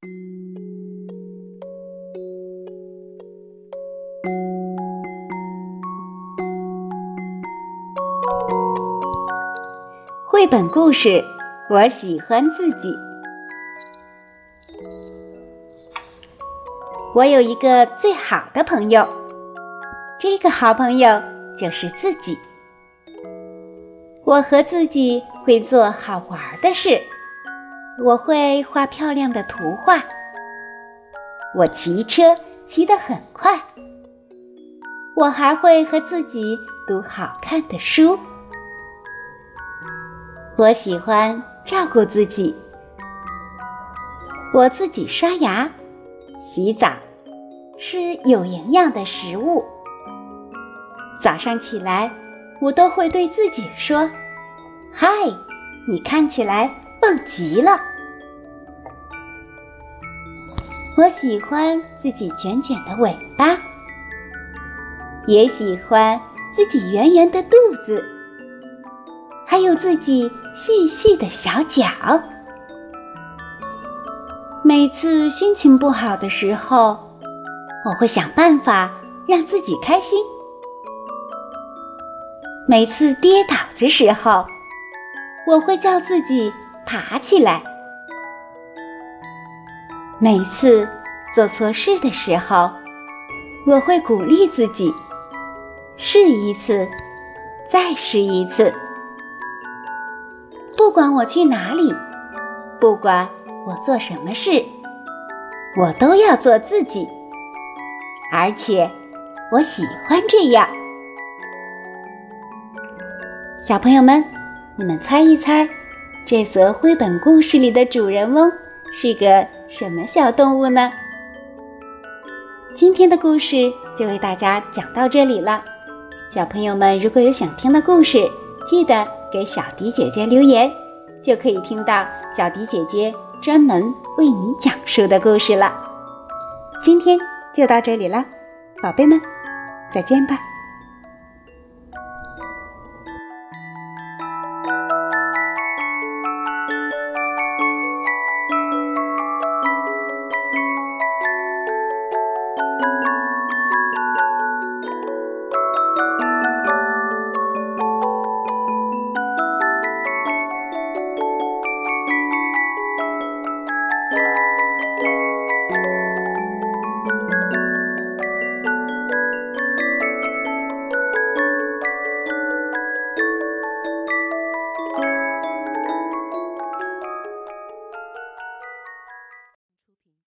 绘本故事，我喜欢自己。我有一个最好的朋友，这个好朋友就是自己。我和自己会做好玩的事，我会画漂亮的图画，我骑车骑得很快，我还会和自己读好看的书。我喜欢照顾自己，我自己刷牙、洗澡，吃有营养的食物。早上起来，我都会对自己说：“嗨，你看起来棒极了。”我喜欢自己卷卷的尾巴，也喜欢自己圆圆的肚子，还有自己细细的小脚。每次心情不好的时候，我会想办法让自己开心。每次跌倒的时候，我会叫自己爬起来。每次做错事的时候，我会鼓励自己，试一次，再试一次。不管我去哪里，不管我做什么事，我都要做自己，而且我喜欢这样。小朋友们，你们猜一猜，这则绘本故事里的主人翁是个什么小动物呢？今天的故事就为大家讲到这里了。小朋友们如果有想听的故事，记得给小迪姐姐留言，就可以听到小迪姐姐专门为你讲述的故事了。今天就到这里了，宝贝们，再见吧。